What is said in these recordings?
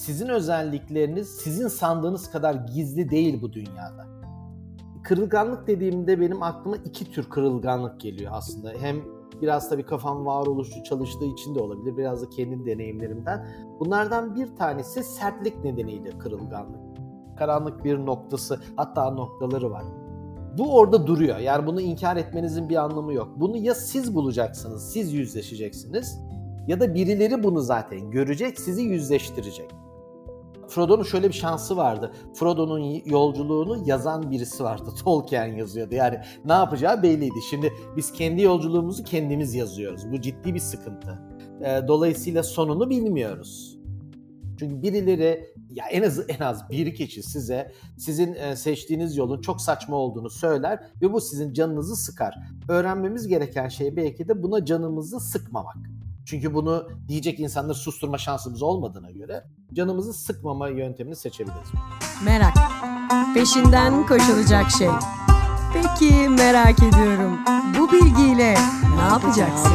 Sizin özellikleriniz sizin sandığınız kadar gizli değil bu dünyada. Kırılganlık dediğimde benim aklıma iki tür kırılganlık geliyor aslında. Hem biraz tabii kafam varoluşçu çalıştığı için de olabilir, biraz da kendi deneyimlerimden. Bunlardan bir tanesi sertlik nedeniyle kırılganlık. Karanlık bir noktası, hatta noktaları var. Bu orada duruyor. Yani bunu inkar etmenizin bir anlamı yok. Bunu ya siz bulacaksınız, siz yüzleşeceksiniz ya da birileri bunu zaten görecek, sizi yüzleştirecek. Frodo'nun şöyle bir şansı vardı. Frodo'nun yolculuğunu yazan birisi vardı. Tolkien yazıyordu. Yani ne yapacağı belliydi. Şimdi biz kendi yolculuğumuzu kendimiz yazıyoruz. Bu ciddi bir sıkıntı. Dolayısıyla sonunu bilmiyoruz. Çünkü birileri, ya en az bir kişi size sizin seçtiğiniz yolun çok saçma olduğunu söyler ve bu sizin canınızı sıkar. Öğrenmemiz gereken şey belki de buna canımızı sıkmamak. Çünkü bunu diyecek insanları susturma şansımız olmadığına göre canımızı sıkmama yöntemini seçebiliriz. Merak. Peşinden koşulacak şey. Peki merak ediyorum. Bu bilgiyle ne yapacaksın?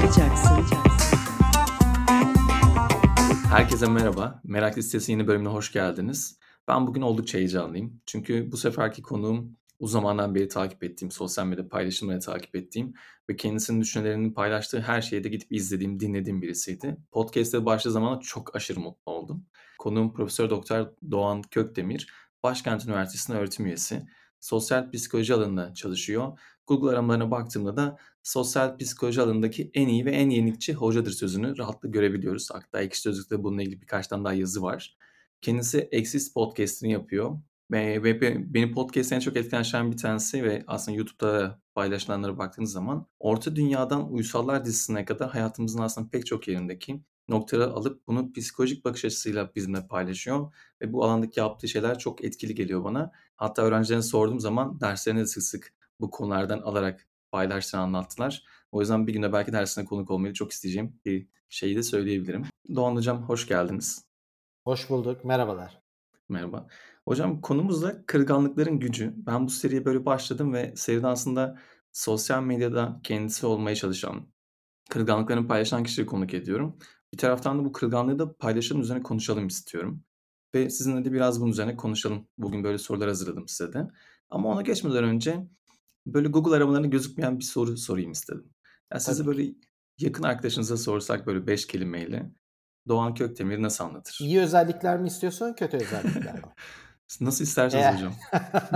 Herkese merhaba. Merak Listesi yeni bölümüne hoş geldiniz. Ben bugün oldukça heyecanlıyım. Çünkü bu seferki konuğum uzun zamandan beri takip ettiğim, sosyal medya paylaşımlarını takip ettiğim ve kendisinin düşüncelerini paylaştığı her şeyi de gidip izlediğim, dinlediğim birisiydi. Podcast'e başladığı zaman çok aşırı mutlu oldum. Konuğum Profesör Doktor Doğan Kökdemir, Başkent Üniversitesi'nin öğretim üyesi. Sosyal psikoloji alanında çalışıyor. Google aramalarına baktığımda da sosyal psikoloji alanındaki en iyi ve en yenilikçi hocadır sözünü rahatlıkla görebiliyoruz. Hatta Ekşi Sözlük'te bununla ilgili birkaç tane daha yazı var. Kendisi Exist Podcast'ini yapıyor. Ve beni podcast'ten çok etkileyen bir tanesi ve aslında YouTube'da paylaşılanlara baktığınız zaman Orta Dünya'dan Uysallar dizisine kadar hayatımızın aslında pek çok yerindeki noktaları alıp bunu psikolojik bakış açısıyla bizimle paylaşıyor. Ve bu alandaki yaptığı şeyler çok etkili geliyor bana. Hatta öğrencilerine sorduğum zaman derslerine de sık sık bu konulardan alarak paylaştığını anlattılar. O yüzden bir günde belki dersine konuk olmayı çok isteyeceğim bir şeyi de söyleyebilirim. Doğan Hocam hoş geldiniz. Hoş bulduk, merhabalar. Merhaba. Hocam konumuz da kırılganlıkların gücü. Ben bu seriye böyle başladım ve seride aslında sosyal medyada kendisi olmaya çalışan, kırılganlıklarını paylaşan kişileri konuk ediyorum. Bir taraftan da bu kırılganlığı da paylaşalım, üzerine konuşalım istiyorum. Ve sizinle de biraz bunun üzerine konuşalım. Bugün böyle sorular hazırladım size de. Ama ona geçmeden önce böyle Google aramalarında gözükmeyen bir soru sorayım istedim. Ya sizi Tabii ki. böyle yakın arkadaşınıza sorsak böyle 5 kelimeyle Doğan Kökdemir'i nasıl anlatır? İyi özellikler mi istiyorsun, kötü özellikler mi? Nasıl isterseniz Eğer hocam.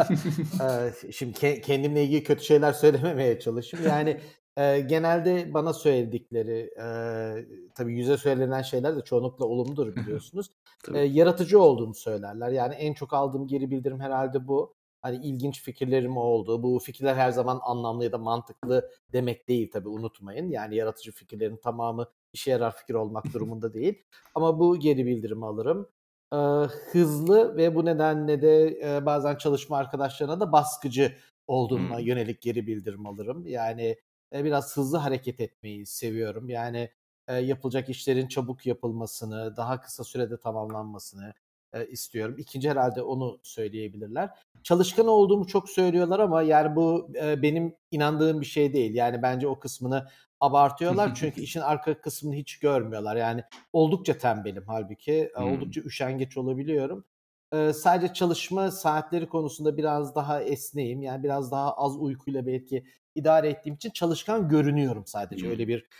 Şimdi kendimle ilgili kötü şeyler söylememeye çalışayım. Yani, genelde bana söyledikleri, tabii yüze söylenen şeyler de çoğunlukla olumludur biliyorsunuz. Tabii. Yaratıcı olduğumu söylerler. Yani en çok aldığım geri bildirim herhâlde bu. Hani, ilginç fikirlerim oldu. Bu fikirler her zaman anlamlı ya da mantıklı demek değil tabii, unutmayın. Yani yaratıcı fikirlerin tamamı işe yarar fikir olmak durumunda değil. Ama bu geri bildirimi alırım. Hızlı ve bu nedenle de, bazen çalışma arkadaşlarına da baskıcı olduğuma Hımm. yönelik geri bildirim alırım. Yani, biraz hızlı hareket etmeyi seviyorum. Yani, yapılacak işlerin çabuk yapılmasını, daha kısa sürede tamamlanmasını, istiyorum. 2'nci herhâlde onu söyleyebilirler. Çalışkan olduğumu çok söylüyorlar ama yani bu, benim inandığım bir şey değil. Yani bence o kısmını abartıyorlar çünkü işin arka kısmını hiç görmüyorlar. Yani oldukça tembelim hâlbuki. Hımm. Oldukça üşengeç olabiliyorum. Sadece çalışma saatleri konusunda biraz daha esneğim. Yani biraz daha az uykuyla belki idare ettiğim için çalışkan görünüyorum sadece. Öyle Hımm. bir,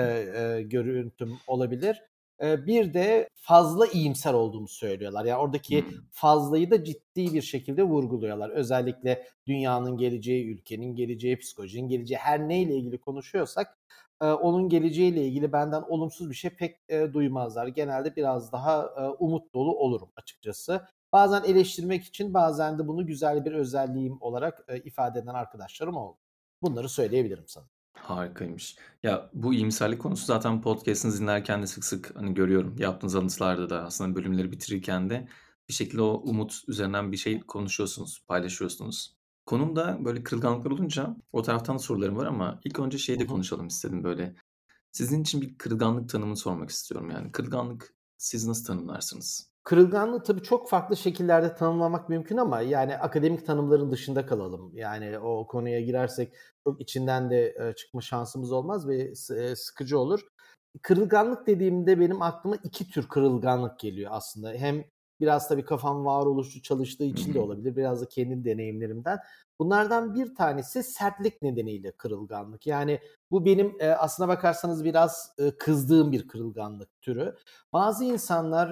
görüntüm olabilir. Bir de fazla iyimser olduğumu söylüyorlar. Yani oradaki Hımm. fazlayı da ciddi bir şekilde vurguluyorlar. Özellikle dünyanın geleceği, ülkenin geleceği, psikolojinin geleceği, her neyle ilgili konuşuyorsak, onun geleceğiyle ilgili benden olumsuz bir şey pek, duymazlar. Genelde biraz daha, umut dolu olurum açıkçası. Bazen eleştirmek için, bazen de bunu güzel bir özelliğim olarak, ifade eden arkadaşlarım oldu. Bunları söyleyebilirim sana. Harikaymış. Ya, bu iyimserlik konusu zaten podcast'inizi dinlerken de sık sık, hani, görüyorum. Yaptığınız anonslarda da aslında bölümleri bitirirken de bir şekilde o umut üzerinden bir şey konuşuyorsunuz, paylaşıyorsunuz. Konum da böyle kırılganlıklar olunca o taraftan da sorularım var ama ilk önce şeyi Hı de hı. konuşalım istedim böyle. Sizin için bir kırılganlık tanımını sormak istiyorum yani. Kırılganlık siz nasıl tanımlarsınız? Kırılganlığı tabii çok farklı şekillerde tanımlamak mümkün ama yani akademik tanımların dışında kalalım. Yani o konuya girersek çok içinden de, çıkma şansımız olmaz ve sıkıcı olur. Kırılganlık dediğimde benim aklıma 2 tür kırılganlık geliyor aslında. Hem Biraz tabii kafam varoluşçu çalıştığı için de olabilir. Biraz da kendi deneyimlerimden. Bunlardan bir tanesi sertlik nedeniyle kırılganlık. Yani bu benim, aslına bakarsanız biraz, kızdığım bir kırılganlık türü. Bazı insanlar,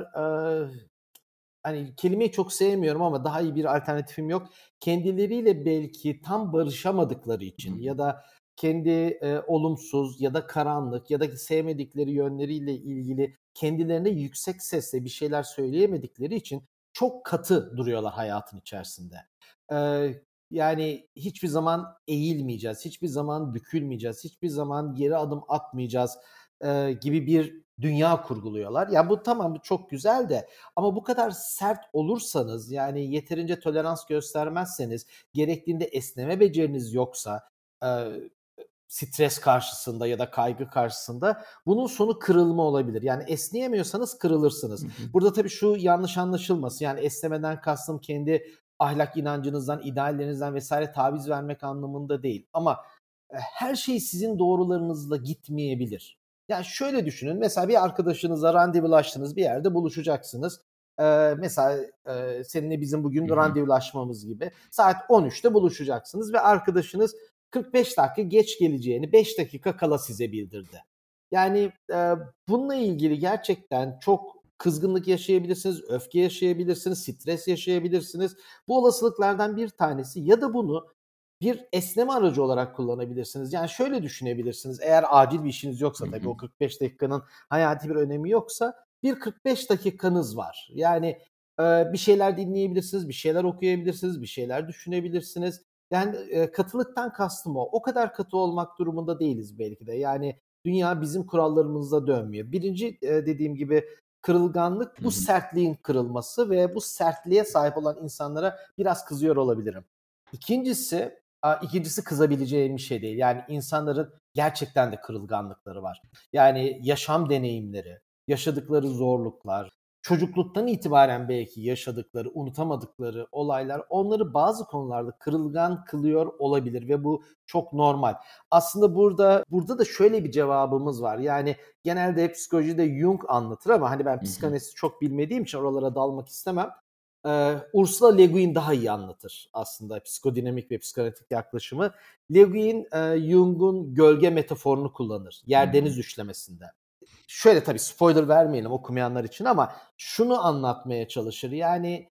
hani, kelimeyi çok sevmiyorum ama daha iyi bir alternatifim yok. Kendileriyle belki tam barışamadıkları için ya da kendi, olumsuz ya da karanlık ya da sevmedikleri yönleriyle ilgili kendilerine yüksek sesle bir şeyler söyleyemedikleri için çok katı duruyorlar hayatın içerisinde. Yani, hiçbir zaman eğilmeyeceğiz, hiçbir zaman bükülmeyeceğiz, hiçbir zaman geri adım atmayacağız, gibi bir dünya kurguluyorlar. Ya, bu tamam, bu çok güzel de ama bu kadar sert olursanız, yani yeterince tolerans göstermezseniz, gerektiğinde esneme beceriniz yoksa, eee, stres karşısında ya da kaygı karşısında bunun sonu kırılma olabilir. Yani esneyemiyorsanız kırılırsınız. Burada tabii şu yanlış anlaşılmasın, yani esnemeden kastım kendi ahlak inancınızdan, ideallerinizden vs. taviz vermek anlamında değil ama, her şey sizin doğrularınızla gitmeyebilir. Yani şöyle düşünün, mesela bir arkadaşınızla randevulaştınız, bir yerde buluşacaksınız. Mesela, seninle bizim bugün randevulaşmamız gibi. Saat 13'te buluşacaksınız ve arkadaşınız 45 dakika geç geleceğini 5 dakika kala size bildirdi. Yani, bununla ilgili gerçekten çok kızgınlık yaşayabilirsiniz, öfke yaşayabilirsiniz, stres yaşayabilirsiniz. Bu olasılıklardan bir tanesi ya da bunu bir esneme aracı olarak kullanabilirsiniz. Yani şöyle düşünebilirsiniz, eğer acil bir işiniz yoksa tabii o 45 dakikanın hayati bir önemi yoksa bir 45 dakikanız var. Yani, bir şeyler dinleyebilirsiniz, bir şeyler okuyabilirsiniz, bir şeyler düşünebilirsiniz. Yani, katılıktan kastım o. O kadar katı olmak durumunda değiliz belki de. Yani dünya bizim kurallarımızla dönmüyor. 1'inci, dediğim gibi kırılganlık bu sertliğin kırılması ve bu sertliğe sahip olan insanlara biraz kızıyor olabilirim. İkincisi kızabileceğim bir şey değil. Yani insanların gerçekten de kırılganlıkları var. Yani yaşam deneyimleri, yaşadıkları zorluklar, çocukluktan itibaren belki yaşadıkları, unutamadıkları olaylar onları bazı konularda kırılgan kılıyor olabilir ve bu çok normal. Aslında burada da şöyle bir cevabımız var. Yani genelde psikolojide Jung anlatır ama hani ben psikanalizi çok bilmediğim için oralara dalmak istemem. Ursula Le Guin daha iyi anlatır aslında psikodinamik ve psikanalitik yaklaşımı. Le Guin, Jung'un gölge metaforunu kullanır yer deniz üçlemesinde. Şöyle tabii spoiler vermeyelim okumayanlar için ama şunu anlatmaya çalışır. Yani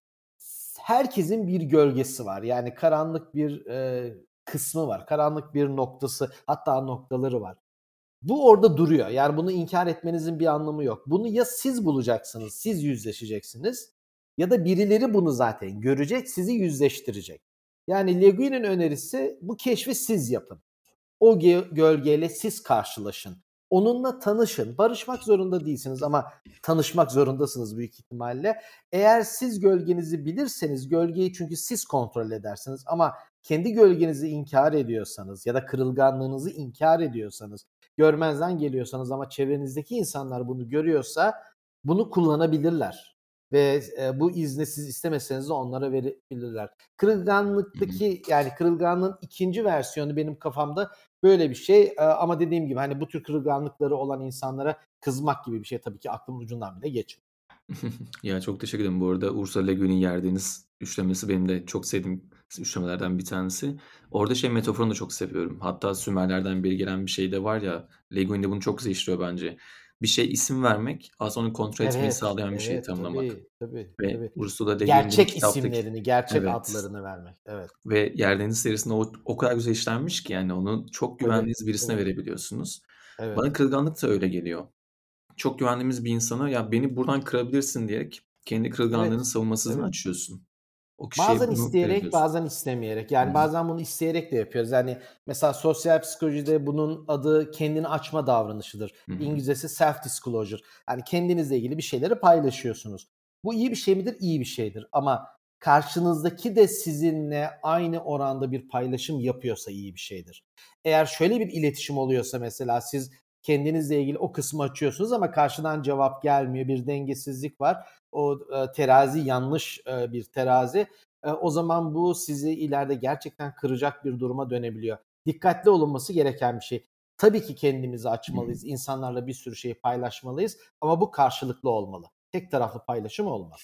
herkesin bir gölgesi var. Yani karanlık bir, kısmı var. Karanlık bir noktası, hatta noktaları var. Bu orada duruyor. Yani bunu inkar etmenizin bir anlamı yok. Bunu ya siz bulacaksınız, siz yüzleşeceksiniz ya da birileri bunu zaten görecek, sizi yüzleştirecek. Yani Le Guin'in önerisi bu keşfi siz yapın. O gölgeyle siz karşılaşın. Onunla tanışın. Barışmak zorunda değilsiniz ama tanışmak zorundasınız büyük ihtimalle. Eğer siz gölgenizi bilirseniz gölgeyi çünkü siz kontrol edersiniz ama kendi gölgenizi inkar ediyorsanız ya da kırılganlığınızı inkar ediyorsanız, görmezden geliyorsanız ama çevrenizdeki insanlar bunu görüyorsa bunu kullanabilirler ve, bu izni siz istemeseniz de onlara verebilirler. Kırılganlıktaki yani kırılganlığın ikinci versiyonu benim kafamda böyle bir şey, ama dediğim gibi, hani, bu tür kırılganlıkları olan insanlara kızmak gibi bir şey tabii ki aklımın ucundan bile geçmiyor. Ya, çok teşekkür ederim. Bu arada Ursula Le Guin'in Yer Deniz üçlemesi benim de çok sevdiğim üçlemelerden bir tanesi. Orada şey metaforunu da çok seviyorum. Hatta Sümerlerden beri gelen bir şey de var ya, Le Guin de bunu çok güzel işliyor bence. Bir şeye isim vermek, aslında onu kontrol etmeyi Evet, sağlayan bir şeyi evet, tanımlamak tabii, tabii, ve tabii. Ursula Le Guin bunu Gerçek kitaptaki. isimlerini, gerçek Evet. adlarını vermek. Evet, Ve Yer Deniz serisinde o kadar güzel işlenmiş ki yani onu çok tabii, güvendiğiniz birisine tabii. verebiliyorsunuz. Bana Evet, kırılganlık da öyle geliyor. Çok güvendiğimiz bir insana "Ya, beni buradan kırabilirsin." diyerek kendi kırılganlığının evet, savunmasızlığını evet. açıyorsun. O kişiye Bazen bunu isteyerek, verebiliyorsun. bazen istemeyerek. Hı Yani hı. bazen bunu isteyerek de yapıyoruz. Yani mesela sosyal psikolojide bunun adı kendini açma davranışıdır. Hı hı. İngilizcesi self disclosure. Yani kendinizle ilgili bir şeyleri paylaşıyorsunuz. Bu iyi bir şey midir? İyi bir şeydir. Ama karşınızdaki de sizinle aynı oranda bir paylaşım yapıyorsa iyi bir şeydir. Eğer şöyle bir iletişim oluyorsa mesela siz kendinizle ilgili o kısmı açıyorsunuz ama karşıdan cevap gelmiyor, bir dengesizlik var. O, terazi yanlış, bir terazi. O zaman bu sizi ileride gerçekten kıracak bir duruma dönebiliyor. Dikkatli olunması gereken bir şey. Tabii ki kendimizi Hı hı. açmalıyız, insanlarla bir sürü şeyi paylaşmalıyız ama bu karşılıklı olmalı. Tek taraflı paylaşım olmaz.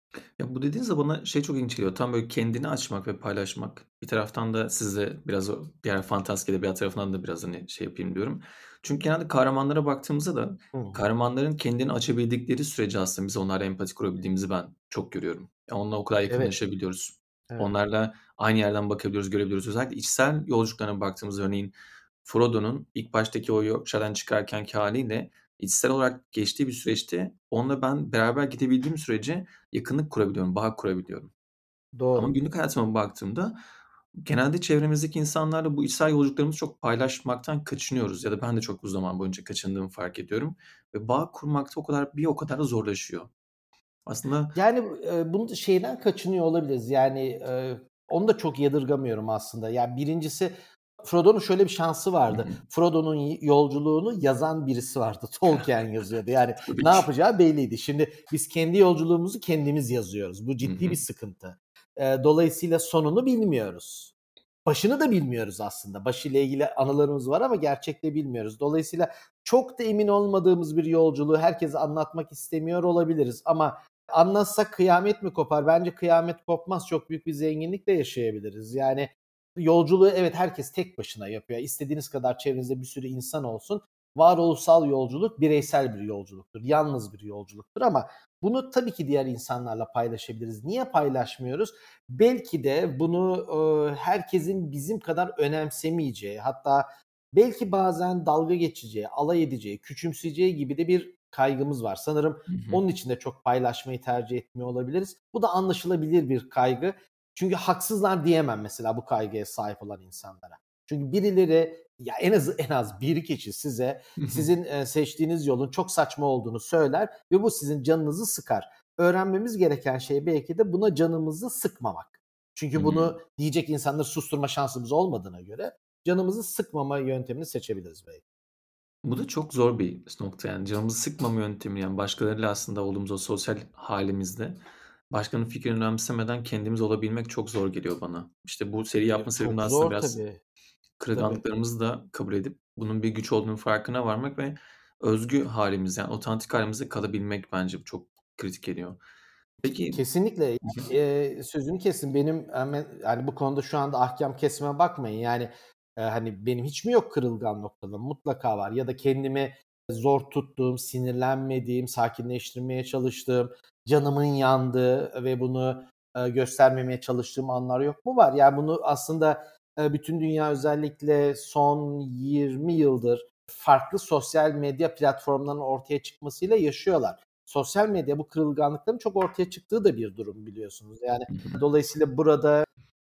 Ya, bu dediğiniz de bana şey çok ilginç geliyor. Tam böyle kendini açmak ve paylaşmak. Bir taraftan da sizle biraz o diğer fantastik edebiyat tarafından da biraz, hani, şey yapayım diyorum. Çünkü genelde kahramanlara baktığımızda da Hı hı. kahramanların kendini açabildikleri sürece aslında biz onlarla empati kurabildiğimizi ben çok görüyorum. Ya, onunla o kadar Evet, yakınlaşabiliyoruz. evet. Onlarla aynı yerden bakabiliyoruz, görebiliyoruz. Özellikle içsel yolculuklarına baktığımızda örneğin Frodo'nun ilk baştaki o Yorkshire'dan çıkarkenki hâliyle içsel olarak geçtiği bir süreçte onunla ben beraber gidebildiğim sürece yakınlık kurabiliyorum, bağ kurabiliyorum. Ama Doğru. günlük hayatıma baktığımda genelde çevremizdeki insanlarla bu içsel yolculuklarımızı çok paylaşmaktan kaçınıyoruz ya da ben de çok uzun zaman boyunca kaçındığımı fark ediyorum ve bağ kurmakta o kadar da zorlaşıyor. Aslında. Yani, bunu şeyden kaçınıyor olabiliriz. Yani, onu da çok yadırgamıyorum aslında. Yani, birincisi Frodo'nun şöyle bir şansı Hı vardı. hı. Frodo'nun yolculuğunu yazan birisi vardı. Tolkien yazıyordu. Yani, Tabii ne ki. yapacağı belliydi. Şimdi biz kendi yolculuğumuzu kendimiz yazıyoruz. Bu Hı ciddi bir hı. sıkıntı. Dolayısıyla sonunu bilmiyoruz. Başını da bilmiyoruz aslında. Başıyla ilgili anılarımız var ama gerçekte bilmiyoruz. Dolayısıyla çok da emin olmadığımız bir yolculuğu herkese anlatmak istemiyor olabiliriz ama anlatsak kıyamet mi kopar? Bence kıyamet kopmaz. Çok büyük bir zenginlikle yaşayabiliriz. Yani yolculuğu evet herkes tek başına yapıyor. İstediğiniz kadar çevrenizde bir sürü insan olsun. Varoluşsal yolculuk bireysel bir yolculuktur. Yalnız bir yolculuktur ama bunu tabii ki diğer insanlarla paylaşabiliriz. Niye paylaşmıyoruz? Belki de bunu, herkesin bizim kadar önemsemeyeceği, hatta belki bazen dalga geçeceği, alay edeceği, küçümseyeceği gibi de bir kaygımız var. Sanırım Hı hı. onun için de çok paylaşmayı tercih etmiyor olabiliriz. Bu da anlaşılabilir bir kaygı. Çünkü haksızlar diyemem mesela bu kaygıya sahip olan insanlara. Çünkü birileri ya en az bir kişi size Hı hı. sizin, seçtiğiniz yolun çok saçma olduğunu söyler ve bu sizin canınızı sıkar. Öğrenmemiz gereken şey belki de buna canımızı sıkmamak. Çünkü Hıı. bunu diyecek insanları susturma şansımız olmadığına göre canımızı sıkmama yöntemini seçebiliriz belki. Bu da çok zor bir nokta yani canımızı sıkmama yöntemi yani başkalarıyla aslında olduğumuz o sosyal hâlimizde başkalarının fikrini önemsemeden kendimiz olabilmek çok zor geliyor bana. İşte bu seriyi yapma sebebim de Çok aslında zor biraz tabii, tabii. kırılganlıklarımızı da kabul edip bunun bir güç olduğunun farkına varmak ve özgü hâlimiz yani otantik hâlimizde kalabilmek bence çok kritik geliyor. Peki. Kesinlikle. Hı hı. Sözünü kestim. Benim yani bu konuda şu anda ahkâm kesmeme bakmayın. Yani, hani, benim hiç mi yok kırılgan noktalarım? Mutlaka var ya da kendimi zor tuttuğum, sinirlenmediğim, sakinleştirmeye çalıştığım, canımın yandığı ve bunu, göstermemeye çalıştığım anlar yok mu? Var. Yani, bunu aslında, bütün dünya özellikle son 20 yıldır farklı sosyal medya platformlarının ortaya çıkmasıyla yaşıyorlar. Sosyal medya bu kırılganlıkların çok ortaya çıktığı da bir durum biliyorsunuz. Yani Hı hı. dolayısıyla burada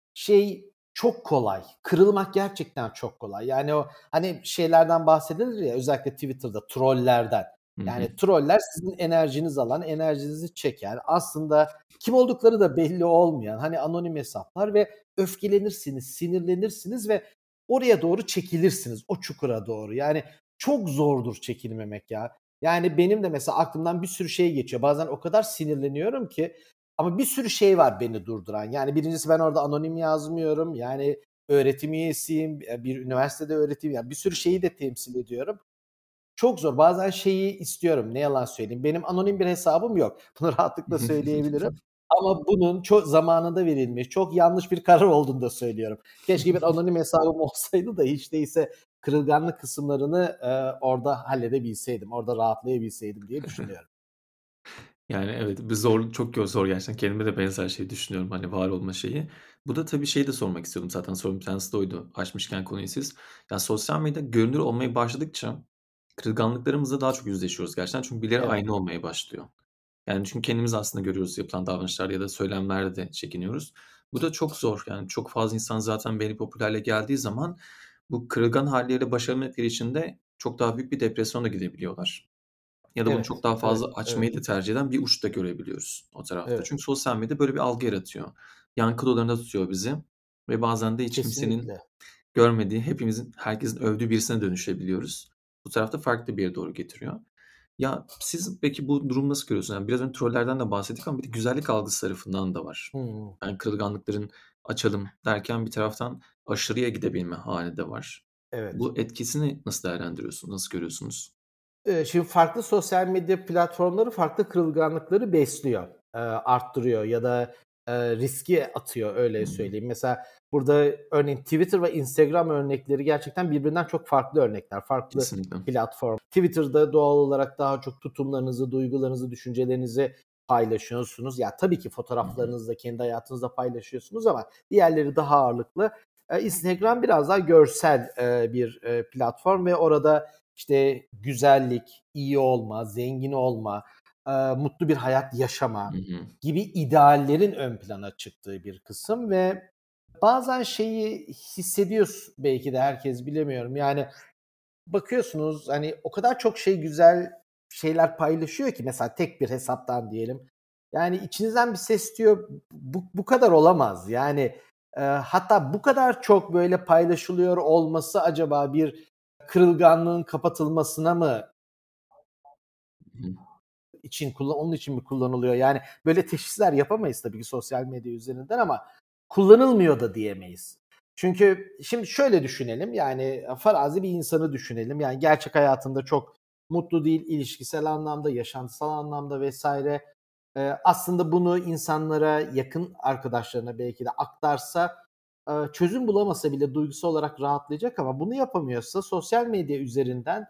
şey çok kolay, kırılmak gerçekten çok kolay. Yani o, hani, şeylerden bahsedilir ya özellikle Twitter'da trollerden. Hı hı. Yani troller sizin enerjinizi alan, enerjinizi çeken, aslında kim oldukları da belli olmayan, hani, anonim hesaplar ve öfkelenirsiniz, sinirlenirsiniz ve oraya doğru çekilirsiniz, o çukura doğru. Yani çok zordur çekilmemek ya. Yani benim de mesela aklımdan bir sürü şey geçiyor. Bazen o kadar sinirleniyorum ki ama bir sürü şey var beni durduran. Yani birincisi ben orada anonim yazmıyorum. Yani öğretim üyesiyim, bir üniversitede öğreteyim. Yani bir sürü şeyi de temsil ediyorum. Çok zor. Bazen şeyi istiyorum, ne yalan söyleyeyim. Benim anonim bir hesabım yok. Bunu rahatlıkla söyleyebilirim. Ama bunun çok zamanında verilmiş, çok yanlış bir karar olduğunu da söylüyorum. Keşke bir anonim hesabım olsaydı da hiç değilse kırılganlık kısımlarını, orada halledebilseydim, orada rahatlayabilseydim diye düşünüyorum. Yani, evet, çok zor gerçekten. Kendime de benzer şeyi düşünüyorum, hani, var olma şeyi. Bu da tabii şeyi de sormak istiyordum zaten sorunun bir tanesi de oydu açmışken konuyu siz. Ya, sosyal medya görünür olmaya başladıkça kırılganlıklarımızla daha çok yüzleşiyoruz gerçekten çünkü birileri Evet, aynı olmaya başlıyor. Yani, çünkü kendimiz aslında görüyoruz yapılan davranışlar ya da söylemlerde de çekiniyoruz. Bu da çok zor. Yani, çok fazla insan zaten belli bir geldiği zaman bu kırılgan hâlleriyle baş edemedikleri için de çok daha büyük bir depresyona gidebiliyorlar. Ya da bunu çok evet, daha evet, fazla evet, açmayı da tercih eden bir uç da görebiliyoruz o tarafta. evet. Çünkü sosyal medya böyle bir algı yaratıyor. Yankı odalarında tutuyor bizi ve bazen de hiç kimsenin Kesinlikle. görmediği, herkesin övdüğü birisine dönüşebiliyoruz. Bu tarafta farklı bir yere doğru getiriyor. Ya, siz peki bu durumu nasıl görüyorsunuz? Yani biraz önce trollerden de bahsettik ama bir de güzellik algısı tarafından da var. Hıı. Yani kırılganlıkların açalım derken bir taraftan aşırıya gidebilme hâli de var. Evet. Bu etkisini nasıl değerlendiriyorsunuz? Nasıl görüyorsunuz? Şimdi farklı sosyal medya platformları farklı kırılganlıkları besliyor. arttırıyor ya da riski atıyor, öyle söyleyeyim. Mesela burada örneğin Twitter ve Instagram örnekleri gerçekten birbirinden çok farklı örnekler. Farklı Kesinlikle. platform. Twitter'da doğal olarak daha çok tutumlarınızı, duygularınızı, düşüncelerinizi paylaşıyorsunuz. Ya tabii ki fotoğraflarınızı da kendi hayatınızda paylaşıyorsunuz ama diğerleri daha ağırlıklı. Instagram biraz daha görsel bir platform ve orada işte güzellik, iyi olma, zengin olma, mutlu bir hayat yaşama gibi ideallerin ön plana çıktığı bir kısım ve bazen şeyi hissediyor belki de herkes, bilemiyorum. Yani bakıyorsunuz hani o kadar çok güzel şeyler paylaşıyor ki mesela tek bir hesaptan diyelim. Yani içinizden bir ses diyor bu kadar olamaz. Yani hatta bu kadar çok böyle paylaşılıyor olması acaba bir kırılganlığın kapatılmasına mı onun için mi kullanılıyor? Yani böyle teşhisler yapamayız tabii ki sosyal medya üzerinden ama kullanılmıyor da diyemeyiz. Çünkü şimdi şöyle düşünelim, yani farazi bir insanı düşünelim. Yani gerçek hayatında çok mutlu değil, ilişkisel anlamda, yaşantısal anlamda vesaire. Aslında bunu insanlara, yakın arkadaşlarına belki de aktarsa, çözüm bulamasa bile duygusal olarak rahatlayacak ama bunu yapamıyorsa sosyal medya üzerinden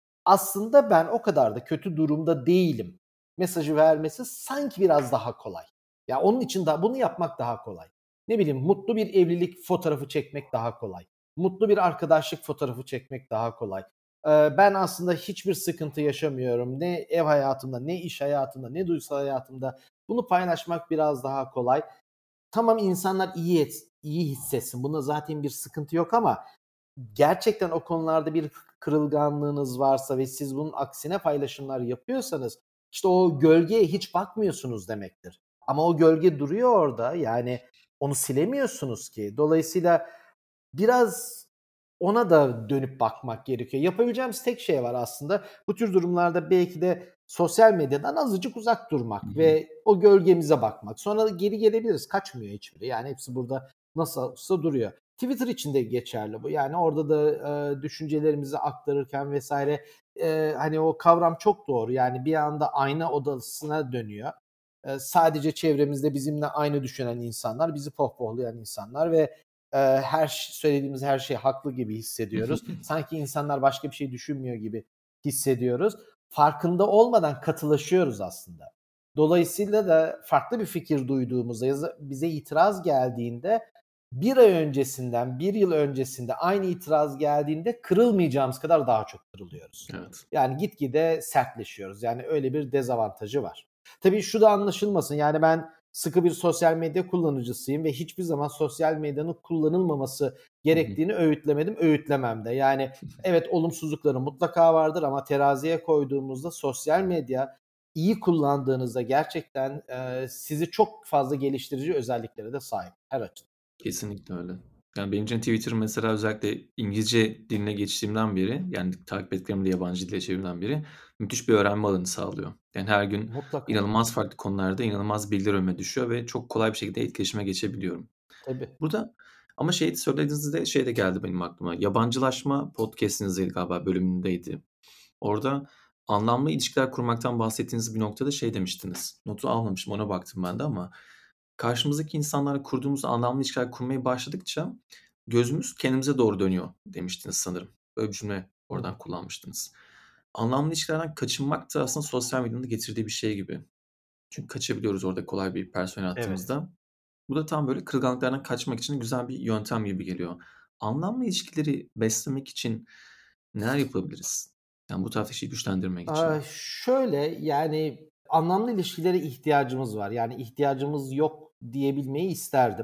aslında ben o kadar da kötü durumda değilim mesajı vermesi sanki biraz daha kolay. Ya onun için bunu yapmak daha kolay. Ne bileyim, mutlu bir evlilik fotoğrafı çekmek daha kolay. Mutlu bir arkadaşlık fotoğrafı çekmek daha kolay. Ben aslında hiçbir sıkıntı yaşamıyorum. Ne ev hayatımda, ne iş hayatımda, ne duygusal hayatımda. Bunu paylaşmak biraz daha kolay. Tamam, insanlar iyi hissetsin. Bunda zaten bir sıkıntı yok ama gerçekten o konularda bir kırılganlığınız varsa ve siz bunun aksine paylaşımlar yapıyorsanız, işte o gölgeye hiç bakmıyorsunuz demektir. Ama o gölge duruyor orada. Yani onu silemiyorsunuz ki. Dolayısıyla biraz ona da dönüp bakmak gerekiyor. Yapabileceğimiz tek şey var aslında. Bu tür durumlarda belki de sosyal medyadan azıcık uzak durmak ve o gölgemize bakmak. Sonra da geri gelebiliriz. Kaçmıyor hiçbiri. Yani hepsi burada nasıl olsa duruyor. Twitter için de geçerli bu. Yani orada da düşüncelerimizi aktarırken vesaire hani o kavram çok doğru. Yani bir anda ayna odasına dönüyor. Sadece çevremizde bizimle aynı düşünen insanlar, bizi pohpohlayan insanlar ve söylediğimiz her şey haklı gibi hissediyoruz. Sanki insanlar başka bir şey düşünmüyor gibi hissediyoruz. Farkında olmadan katılaşıyoruz aslında. Dolayısıyla da farklı bir fikir duyduğumuzda ya da bize itiraz geldiğinde bir ay öncesinden, bir yıl öncesinde aynı itiraz geldiğinde kırılmayacağımız kadar daha çok kırılıyoruz. Evet. Yani gitgide sertleşiyoruz. Yani öyle bir dezavantajı var. Tabii şu da anlaşılmasın. Yani ben sıkı bir sosyal medya kullanıcısıyım ve hiçbir zaman sosyal medyanın kullanılmaması gerektiğini öğütlemedim, öğütlemem de. Yani evet, olumsuzlukları mutlaka vardır ama teraziye koyduğumuzda sosyal medya iyi kullandığınızda gerçekten sizi çok fazla geliştirici özelliklere de sahip her açıdan. Kesinlikle öyle. Yani benim için Twitter mesela özellikle İngilizce diline geçtiğimden beri, yani takip ettiklerimi de yabancı dile çevirdiğimden beri müthiş bir öğrenme alanı sağlıyor. Yani her gün Mutlaka. inanılmaz farklı konularda inanılmaz bilgiler önüme düşüyor ve çok kolay bir şekilde etkileşime geçebiliyorum. Tabii. Burada ama söylediğinizde şey de geldi benim aklıma. Yabancılaşma podcast'inizdeydi galiba, bölümündeydi. Orada anlamlı ilişkiler kurmaktan bahsettiğiniz bir noktada şey demiştiniz. Notu almamışım, ona baktım ben de ama karşımızdaki insanlarla kurduğumuz anlamlı ilişkiler kurmaya başladıkça gözümüz kendimize doğru dönüyor demiştiniz sanırım. Böyle bir cümle Hı hı. oradan kullanmıştınız. Anlamlı ilişkilerden kaçınmak da aslında sosyal medyanın da getirdiği bir şey gibi. Çünkü kaçabiliyoruz orada kolay bir personel Evet. attığımızda. Bu da tam böyle kırılganlıklardan kaçmak için güzel bir yöntem gibi geliyor. Anlamlı ilişkileri beslemek için neler yapabiliriz? Yani bu tarafta işi güçlendirmek için. Şöyle, yani anlamlı ilişkilere ihtiyacımız var. Yani ihtiyacımız yok diyebilmeyi isterdim.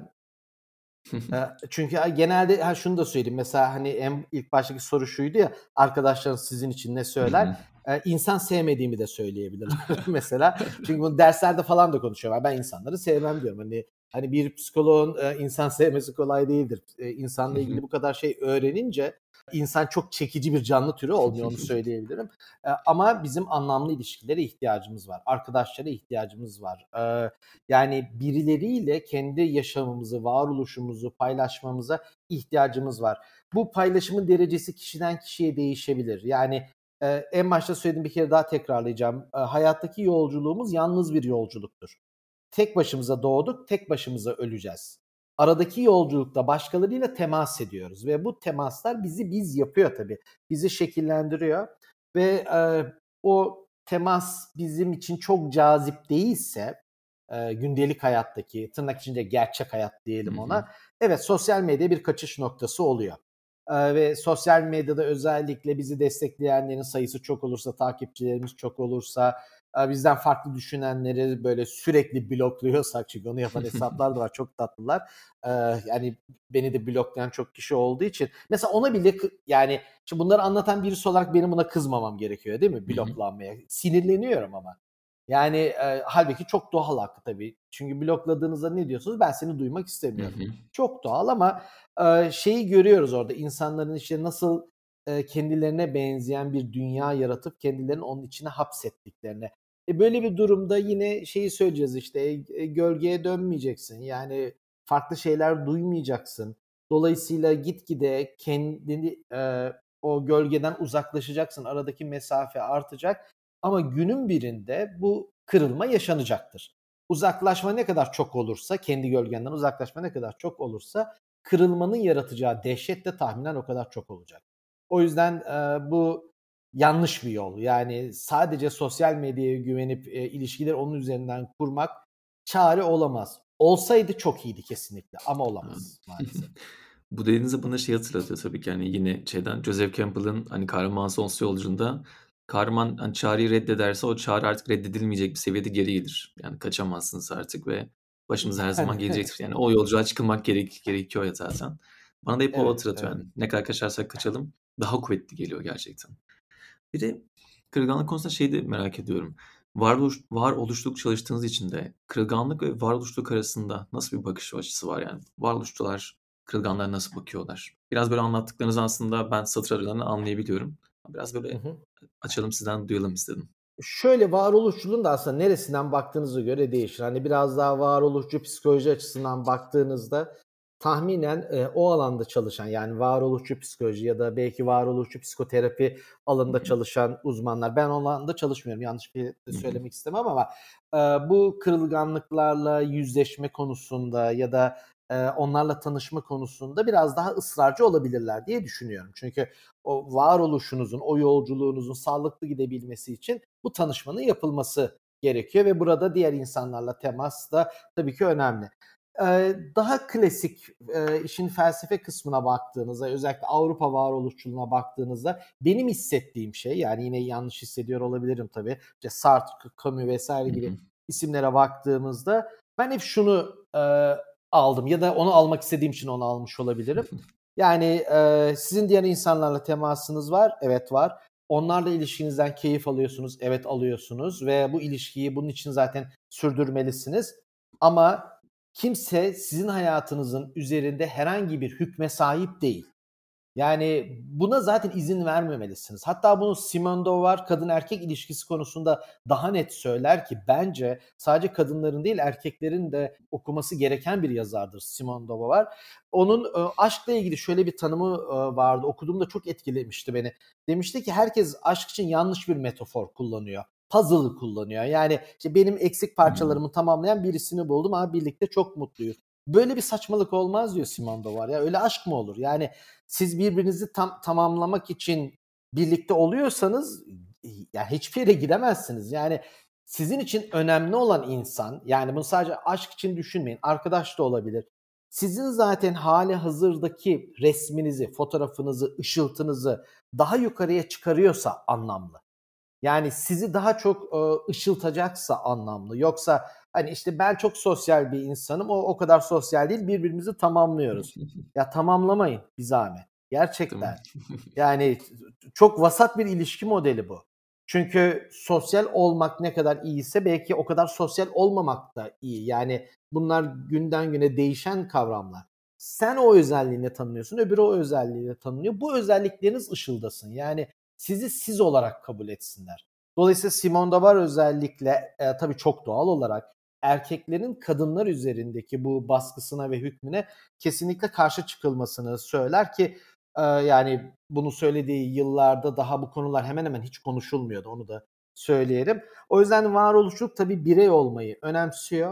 Çünkü genelde şunu da söyleyeyim, mesela, hani, ilk baştaki soru şuydu ya, arkadaşlarınız sizin için ne Hı söyler? hı. İnsan sevmediğimi de söyleyebilirler mesela. Çünkü bunu derslerde falan da konuşuyorlar. Ben insanları sevmem diyorum. Hani bir psikoloğun, insan sevmesi kolay değildir. İnsanla ilgili bu kadar şey öğrenince insan çok çekici bir canlı türü olmuyor, onu söyleyebilirim. Ama bizim anlamlı ilişkilere ihtiyacımız var. Arkadaşlara ihtiyacımız var. Yani birileriyle kendi yaşamımızı, varoluşumuzu paylaşmamıza ihtiyacımız var. Bu paylaşımın derecesi kişiden kişiye değişebilir. Yani en başta söylediğim, bir kere daha tekrarlayacağım. Hayattaki yolculuğumuz yalnız bir yolculuktur. tek başımıza doğduk, tek başımıza öleceğiz. Aradaki yolculukta başkalarıyla temas ediyoruz ve bu temaslar bizi biz yapıyor tabii. Bizi şekillendiriyor ve o temas bizim için çok cazip değilse, gündelik hayattaki, tırnak içinde gerçek hayat Hı diyelim hı. ona. Evet, sosyal medya bir kaçış noktası oluyor. Ve sosyal medyada özellikle bizi destekleyenlerin sayısı çok olursa, takipçilerimiz çok olursa, bizden farklı düşünenleri böyle sürekli blokluyorsak, çünkü onu yapan hesaplar da var, çok tatlılar. Yani beni de bloklayan çok kişi olduğu için mesela ona bile yani şimdi bunları anlatan birisi olarak benim buna kızmamam gerekiyor değil mi Hı hı. bloklanmaya? Sinirleniyorum ama. Yani, hâlbuki çok doğal hakkı tabii. Çünkü blokladığınızda ne diyorsunuz? "Ben seni duymak Hı istemiyorum." hı. Çok doğal ama, şeyi görüyoruz orada, insanların işte nasıl, kendilerine benzeyen bir dünya yaratıp kendilerini onun içine hapsettiklerini. Böyle bir durumda yine şeyi söyleyeceğiz işte, gölgeye dönmeyeceksin. Yani farklı şeyler duymayacaksın. Dolayısıyla gitgide kendini, o gölgeden uzaklaşacaksın. Aradaki mesafe artacak ama günün birinde bu kırılma yaşanacaktır. Uzaklaşma ne kadar çok olursa, kendi gölgenden uzaklaşma ne kadar çok olursa kırılmanın yaratacağı dehşet de tahminen o kadar çok olacak. O yüzden, bu yanlış bir yol. Yani sadece sosyal medyaya güvenip, ilişkileri onun üzerinden kurmak çare olamaz. Olsaydı çok iyiydi kesinlikle ama Ha. olamaz maalesef. Bu dediğiniz bana şeyi hatırlatıyor tabii ki, hani, yine şeyden, Joseph Campbell'ın, hani, Kahraman Sonsuz Yolculuğu'nda kahraman, hani, çağrıyı reddederse o çağrı artık reddedilmeyecek bir seviyede geri gelir. Yani kaçamazsınız artık ve başımıza her zaman Yani gelecektir. Yani o yolculuğa çıkılmak gerekiyor ya zaten. Bana da hep o evet, hatırlatıyor, evet. yani. Ne kadar kaçarsak kaçalım daha kuvvetli geliyor gerçekten. Bir de kırılganlık konusunda şeyi de merak ediyorum. Varoluşluk çalıştığınız için de kırılganlık ve varoluşluluk arasında nasıl bir bakış açısı var yani? Varoluşçular kırılganlara nasıl bakıyorlar? Biraz böyle anlattıklarınızı aslında ben satır aralarını anlayabiliyorum. Biraz Hı böyle hı. açalım, sizden duyalım istedim. Şöyle, varoluşçuluğun da aslında neresinden baktığınıza göre değişir. Hani biraz daha varoluşçu psikoloji açısından baktığınızda tahminen, o alanda çalışan, yani varoluşçu psikoloji ya da belki varoluşçu psikoterapi Hı alanında hı. çalışan uzmanlar, ben o alanda çalışmıyorum, yanlış bir şey de Hı hı. söylemek istemem ama, bu kırılganlıklarla yüzleşme konusunda ya da, onlarla tanışma konusunda biraz daha ısrarcı olabilirler diye düşünüyorum. Çünkü o varoluşunuzun, o yolculuğunuzun sağlıklı gidebilmesi için bu tanışmanın yapılması gerekiyor ve burada diğer insanlarla temas da tabii ki önemli. Daha klasik, işin felsefe kısmına baktığınızda, özellikle Avrupa varoluşçuluğuna baktığınızda benim hissettiğim şey, yani yine yanlış hissediyor olabilirim tabii. İşte Sartre, Camus vs. Hı hı. gibi isimlere baktığımızda ben hep şunu, aldım ya da onu almak istediğim için onu almış olabilirim. Yani, sizin diğer insanlarla temasınız var, evet var. Onlarla ilişkinizden keyif alıyorsunuz, evet alıyorsunuz ve bu ilişkiyi bunun için zaten sürdürmelisiniz. Ama kimse sizin hayatınızın üzerinde herhangi bir hükme sahip değil. Yani buna zaten izin vermemelisiniz. Hatta bunu Simone de Beauvoir kadın erkek ilişkisi konusunda daha net söyler ki bence sadece kadınların değil erkeklerin de okuması gereken bir yazardır Simone de Beauvoir. Onun, aşkla ilgili şöyle bir tanımı, vardı. Okuduğumda çok etkilemişti beni. Demişti ki herkes aşk için yanlış bir metafor kullanıyor. Puzzle kullanıyor. Yani işte benim eksik Hımm. parçalarımı tamamlayan birisini buldum ama birlikte çok mutluyuz. Böyle bir saçmalık olmaz diyor Simone de Beauvoir ya. Öyle aşk mı olur? Yani siz birbirinizi tamamlamak için birlikte oluyorsanız, ya hiçbir yere gidemezsiniz. Yani sizin için önemli olan insan, yani bunu sadece aşk için düşünmeyin, arkadaş da olabilir. Sizin zaten hâlihazırdaki resminizi, fotoğrafınızı, ışıltınızı daha yukarıya çıkarıyorsa anlamlı. Yani sizi daha çok, ışıltacaksa anlamlı. Yoksa, hani, işte, ben çok sosyal bir insanım, o kadar sosyal değil, birbirimizi tamamlıyoruz. Ya, tamamlamayın bir zahmet. Değil mi? Gerçekten. Yani çok vasat bir ilişki modeli bu. Çünkü sosyal olmak ne kadar iyiyse belki o kadar sosyal olmamak da iyi. Yani bunlar günden güne değişen kavramlar. Sen o özelliğinle tanınıyorsun, öbürü o özelliğiyle tanınıyor. Bu özellikleriniz ışıldasın. Yani sizi siz olarak kabul etsinler. Dolayısıyla Simone de Beauvoir özellikle, tabii çok doğal olarak erkeklerin kadınlar üzerindeki bu baskısına ve hükmüne kesinlikle karşı çıkılmasını söyler ki, yani bunu söylediği yıllarda daha bu konular hemen hemen hiç konuşulmuyordu, onu da söyleyelim. O yüzden varoluşçuluk tabii birey olmayı önemsiyor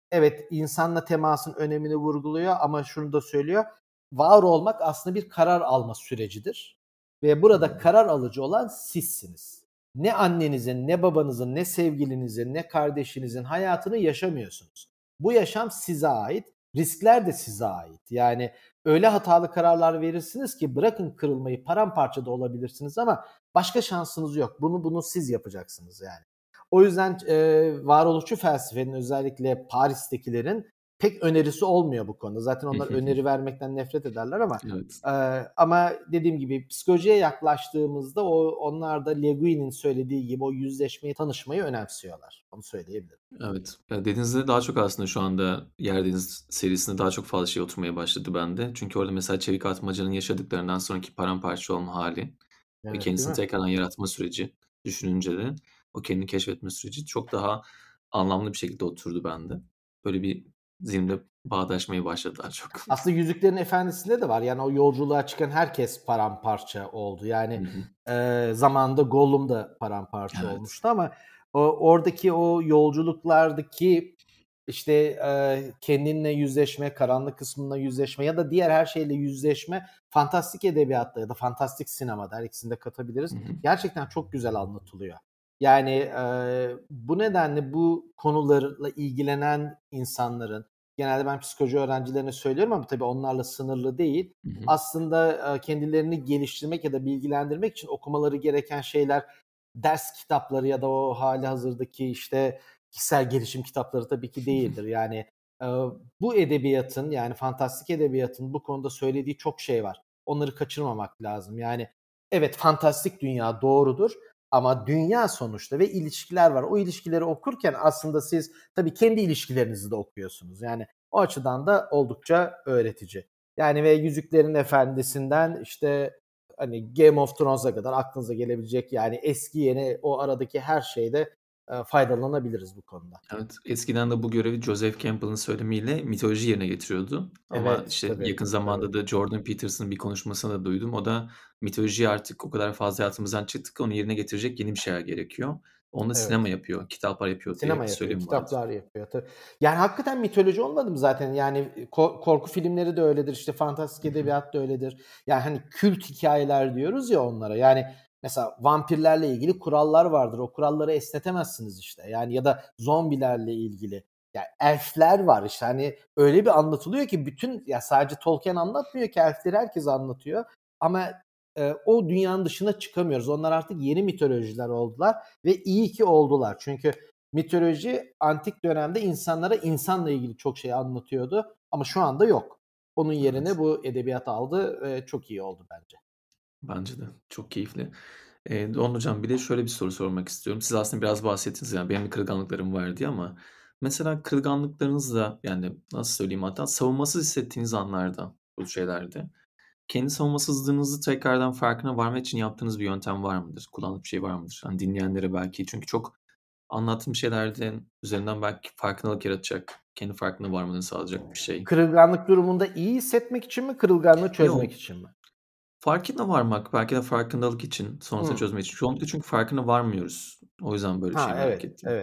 evet insanla temasın önemini vurguluyor ama şunu da söylüyor. Var olmak aslında bir karar alma sürecidir ve burada Hımm. karar alıcı olan sizsiniz. Ne annenizin, ne babanızın, ne sevgilinizin, ne kardeşinizin hayatını yaşamıyorsunuz. Bu yaşam size ait, riskler de size ait. Yani öyle hatalı kararlar verirsiniz ki bırakın kırılmayı, paramparça da olabilirsiniz ama başka şansınız yok. Bunu siz yapacaksınız yani. O yüzden, varoluşçu felsefenin özellikle Paris'tekilerin pek önerisi olmuyor bu konuda. Zaten onlar öneri vermekten nefret ederler Evet. ama dediğim gibi psikolojiye yaklaştığımızda onlar da Le Guin'in söylediği gibi o yüzleşmeyi, tanışmayı önemsiyorlar. Onu söyleyebilirim. Evet. Ya, dediğinizde daha çok aslında şu anda Yer Deniz serisinde daha çok fazla şey oturmaya başladı bende. Çünkü orada mesela Çevik Atmaca'nın yaşadıklarından sonraki paramparça olma hâli ve Evet, değil kendisini mi? tekrardan yaratma süreci, düşününce de o kendini keşfetme süreci çok daha anlamlı bir şekilde oturdu bende. Böyle bir zihnimde bağdaşmaya başladı daha çok. Aslında Yüzüklerin Efendisi'nde de var. Yani o yolculuğa çıkan herkes paramparça oldu. Hı Yani, hı. zamanında Gollum da paramparça Evet. olmuştu ama oradaki o yolculuklardaki, işte, kendinle yüzleşme, karanlık kısmınla yüzleşme ya da diğer her şeyle yüzleşme fantastik edebiyatta ya da fantastik sinemada, her ikisini de Hı katabiliriz. hı. Gerçekten çok güzel anlatılıyor. Yani, bu nedenle bu konularla ilgilenen insanların, genelde ben psikoloji öğrencilerine söylüyorum ama tabii onlarla sınırlı değil. Hı hı. Aslında, kendilerini geliştirmek ya da bilgilendirmek için okumaları gereken şeyler ders kitapları ya da o hâlihazırdaki, işte, kişisel gelişim kitapları tabii ki değildir. Yani, eee, bu edebiyatın, yani fantastik edebiyatın bu konuda söylediği çok şey var. Onları kaçırmamak lazım. Yani, evet, fantastik dünya doğrudur ama dünya sonuçta ve ilişkiler var. O ilişkileri okurken aslında siz tabii kendi ilişkilerinizi de okuyorsunuz. Yani o açıdan da oldukça öğretici. Yani ve Yüzüklerin Efendisi'nden, işte, hani, Game of Thrones'a kadar aklınıza gelebilecek, yani, eski yeni o aradaki her şeyde, faydalanabiliriz bu konuda. Evet, eskiden de bu görevi Joseph Campbell'ın söylemiyle mitoloji yerine getiriyordu ama, Evet, işte, tabii, yakın tabii. zamanda da Jordan Peterson'ın bir konuşmasını da duydum. O da mitolojiyi artık o kadar fazla hayatımızdan çıktık ki onu yerine getirecek yeni bir şeyler gerekiyor. Onu da sinema Evet. yapıyor, kitaplar yapıyor diye Sinema yapıyor, söylemi vardı. kitaplar yapıyor. Yani hakikaten mitoloji olmadı mı zaten? Yani, korku filmleri de öyledir, işte, fantastik Hı hı. edebiyat da öyledir. Yani, hani, kült hikâyeler diyoruz ya onlara. Yani, mesela vampirlerle ilgili kurallar vardır. O kuralları esnetemezsiniz işte. Yani ya da zombilerle ilgili. Ya, elfler var, işte, hani, öyle bir anlatılıyor ki bütün ya, sadece Tolkien anlatmıyor ki elfleri herkes anlatıyor ama, o dünyanın dışına çıkamıyoruz. Onlar artık yeni mitolojiler oldular ve iyi ki oldular. Çünkü mitoloji antik dönemde insanlara insanla ilgili çok şey anlatıyordu ama şu anda yok. Onun yerine Evet, bu edebiyat aldı ve çok iyi oldu bence. bence de çok keyifli. Doğan Hocam bir de şöyle bir soru sormak istiyorum. Siz aslında biraz bahsettiniz, yani, benim de kırılganlıklarım var diye ama mesela kırılganlıklarınızla, yani, nasıl söyleyeyim hatta savunmasız hissettiğiniz anlarda, bu şeylerde kendi savunmasızlığınızı tekrardan farkına varmak için yaptığınız bir yöntem var mıdır? Kullandığınız bir şey var mıdır? Hani, dinleyenlere belki çünkü çok anlattığım şeylerden üzerinden belki farkındalık yaratacak, kendi farkına varmanı sağlayacak bir şey. Kırılganlık durumunda iyi hissetmek için mi, kırılganlığı çözmek Yok, için mi? farkına varmak, belki de farkındalık için, sonrasında Hımm. çözmek için. Çoğunlukla çünkü farkına varmıyoruz. O yüzden böyle bir şey Ha, merak evet, ettim. evet.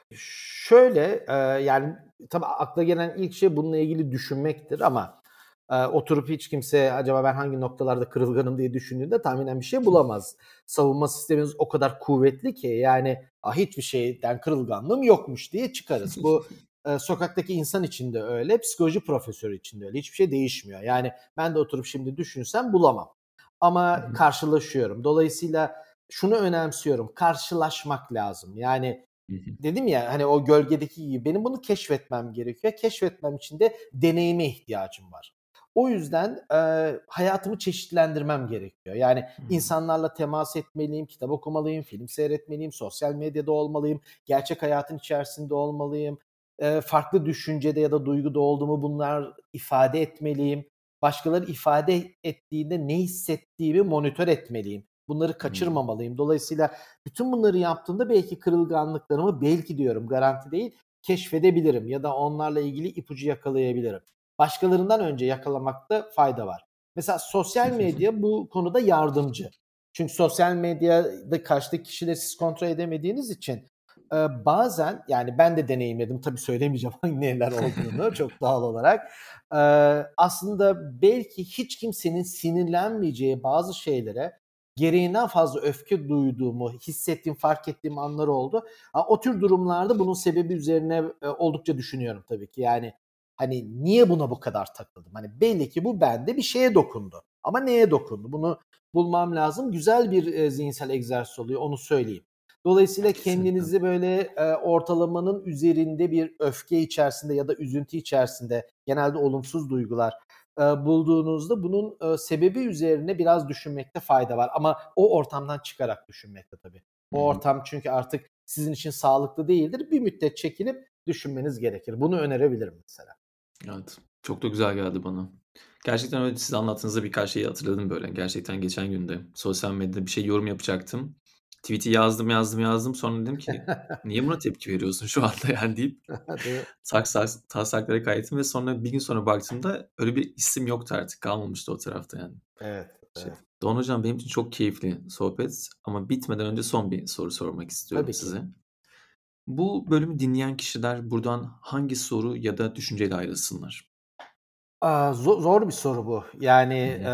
Şöyle, yani, tabii akla gelen ilk şey bununla ilgili düşünmektir ama, oturup hiç kimse acaba ben hangi noktalarda kırılganım diye düşündüğünde tahminen bir şey bulamaz. Savunma sistemimiz o kadar kuvvetli ki yani, hiçbir şeyden kırılganlığım yokmuş diye çıkarız. Bu, sokaktaki insan için de öyle, psikoloji profesörü için de öyle. Hiçbir şey değişmiyor. Yani ben de oturup şimdi düşünsem bulamam Hı ama hı. karşılaşıyorum. Dolayısıyla şunu önemsiyorum, karşılaşmak lazım. Yani, Hı hı. dedim ya, hani, o gölgedeki gibi benim bunu keşfetmem gerekiyor. Keşfetmem için de deneyime ihtiyacım var. O yüzden, hayatımı çeşitlendirmem gerekiyor. Yani, Hımm. insanlarla temas etmeliyim, kitap okumalıyım, film seyretmeliyim, sosyal medyada olmalıyım, gerçek hayatın içerisinde olmalıyım. Farklı düşüncede ya da duyguda olduğumu bunlar ifade etmeliyim. Başkaları ifade ettiğinde ne hissettiğimi monitör etmeliyim. Bunları Hımm. kaçırmamalıyım. Dolayısıyla bütün bunları yaptığımda belki kırılganlıklarımı, belki diyorum garanti değil, keşfedebilirim ya da onlarla ilgili ipucu yakalayabilirim. Başkalarından önce yakalamakta fayda var. Mesela sosyal medya bu konuda yardımcı. Çünkü sosyal medyada karşıdaki kişileri siz kontrol edemediğiniz için bazen yani ben de deneyimledim. Tabii söylemeyeceğim neler olduğunu çok doğal olarak. Aslında belki hiç kimsenin sinirlenmeyeceği bazı şeylere gereğinden fazla öfke duyduğumu, hissettiğim, fark ettiğim anlar oldu. O tür durumlarda bunun sebebi üzerine oldukça düşünüyorum tabii ki. Yani hani niye buna bu kadar takıldım? Hani belli ki bu bende bir şeye dokundu. Ama neye dokundu? Bunu bulmam lazım. Güzel bir zihinsel egzersiz oluyor, onu söyleyeyim. Dolayısıyla Kesinlikle. kendinizi böyle ortalamanın üzerinde bir öfke içerisinde ya da üzüntü içerisinde, genelde olumsuz duygular bulduğunuzda bunun sebebi üzerine biraz düşünmekte fayda var. Ama o ortamdan çıkarak düşünmekte tabii. Hı O hı. ortam çünkü artık sizin için sağlıklı değildir. Bir müddet çekilip düşünmeniz gerekir. Bunu önerebilirim mesela. Evet. Çok da güzel geldi bana. Gerçekten öyle siz anlattığınızda birkaç şeyi hatırladım böyle. Gerçekten geçen gün de sosyal medyada bir şey yorum yapacaktım. Tweet'i yazdım. Sonra dedim ki niye buna tepki veriyorsun şu anda yani deyip Değil mi? taslaklara kaydettim ve sonra bir gün sonra baktığımda öyle bir isim yoktu artık. Kalmamıştı o tarafta yani. Evet, Şey. evet. Doğan Hocam benim için çok keyifli sohbet ama bitmeden önce son bir soru sormak istiyorum Tabii ki. size. Bu bölümü dinleyen kişiler buradan hangi soru ya da düşünceyle ayrılsınlar? Zor bir soru bu. Yani, Hı hı.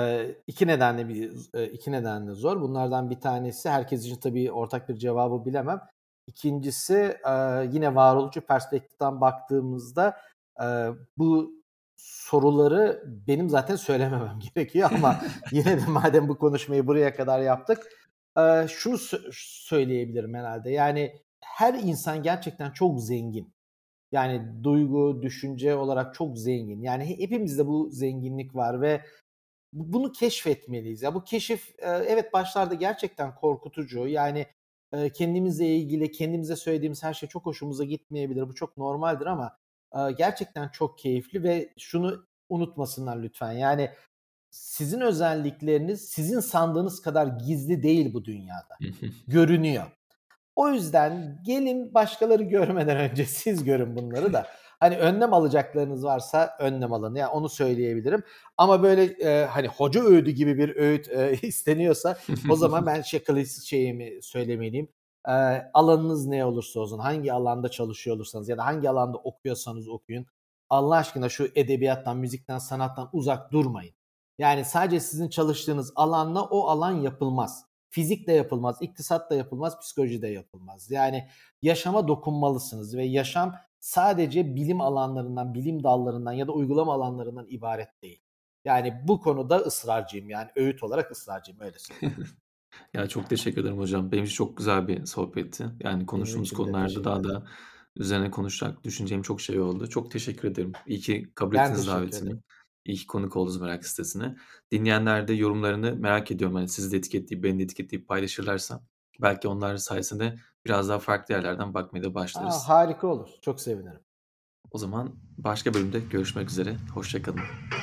2 nedenle zor. Bunlardan bir tanesi herkes için tabii ortak bir cevabı bilemem. İkincisi, yine varoluşçu perspektiften baktığımızda, bu soruları benim zaten söylememem gerekiyor ama yine de madem bu konuşmayı buraya kadar yaptık, şunu söyleyebilirim herhâlde. Yani her insan gerçekten çok zengin. Yani duygu, düşünce olarak çok zengin. Yani hepimizde bu zenginlik var ve bunu keşfetmeliyiz. Ya bu keşif, evet başlarda gerçekten korkutucu. Yani, kendimizle ilgili, kendimize söylediğimiz her şey çok hoşumuza gitmeyebilir. Bu çok normaldir ama, gerçekten çok keyifli ve şunu unutmasınlar lütfen. Yani sizin özellikleriniz sizin sandığınız kadar gizli değil bu dünyada. Hı hı. Görünüyor. O yüzden gelin başkaları görmeden önce siz görün bunları da. Hani önlem alacaklarınız varsa önlem alın. Yani onu söyleyebilirim. Ama böyle, hani hoca öğüdü gibi bir öğüt, isteniyorsa o zaman ben klasik şeyimi söylemeliyim. Alanınız ne olursa olsun, hangi alanda çalışıyor olursanız ya da hangi alanda okuyorsanız okuyun, Allah aşkına şu edebiyattan, müzikten, sanattan uzak durmayın. Yani sadece sizin çalıştığınız alanla o alan yapılmaz. Fizik de yapılmaz, iktisat da yapılmaz, psikoloji de yapılmaz. Yani yaşama dokunmalısınız ve yaşam sadece bilim alanlarından, bilim dallarından ya da uygulama alanlarından ibaret değil. Yani bu konuda ısrarcıyım. Yani öğüt olarak ısrarcıyım, öyle söyleyeyim. Ya, çok teşekkür ederim hocam. Benim için çok güzel bir sohbetti. Yani Benim konuştuğumuz için de konularda teşekkür daha ederim. da üzerine konuşacak, düşüneceğim çok şey oldu. Çok teşekkür ederim. İyi ki kabul Ben ettiniz teşekkür davetimi. ederim. İyi ki konuk oldunuz Merak Sitesi'ne. Dinleyenler de yorumlarını merak ediyorum. Hani sizi de etiketleyip, beni de etiketleyip paylaşırlarsa belki onlar sayesinde biraz daha farklı yerlerden bakmaya da başlarız. Harika olur. Çok sevinirim. O zaman başka bölümde görüşmek üzere. Hoşça kalın.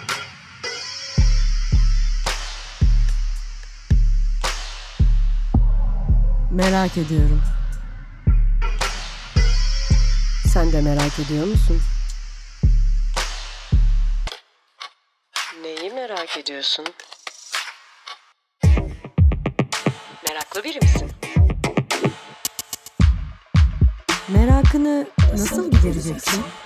Merak ediyorum. Sen de merak ediyor musun? Neyi merak ediyorsun? Meraklı biri misin? Merakını nasıl gidereceksin?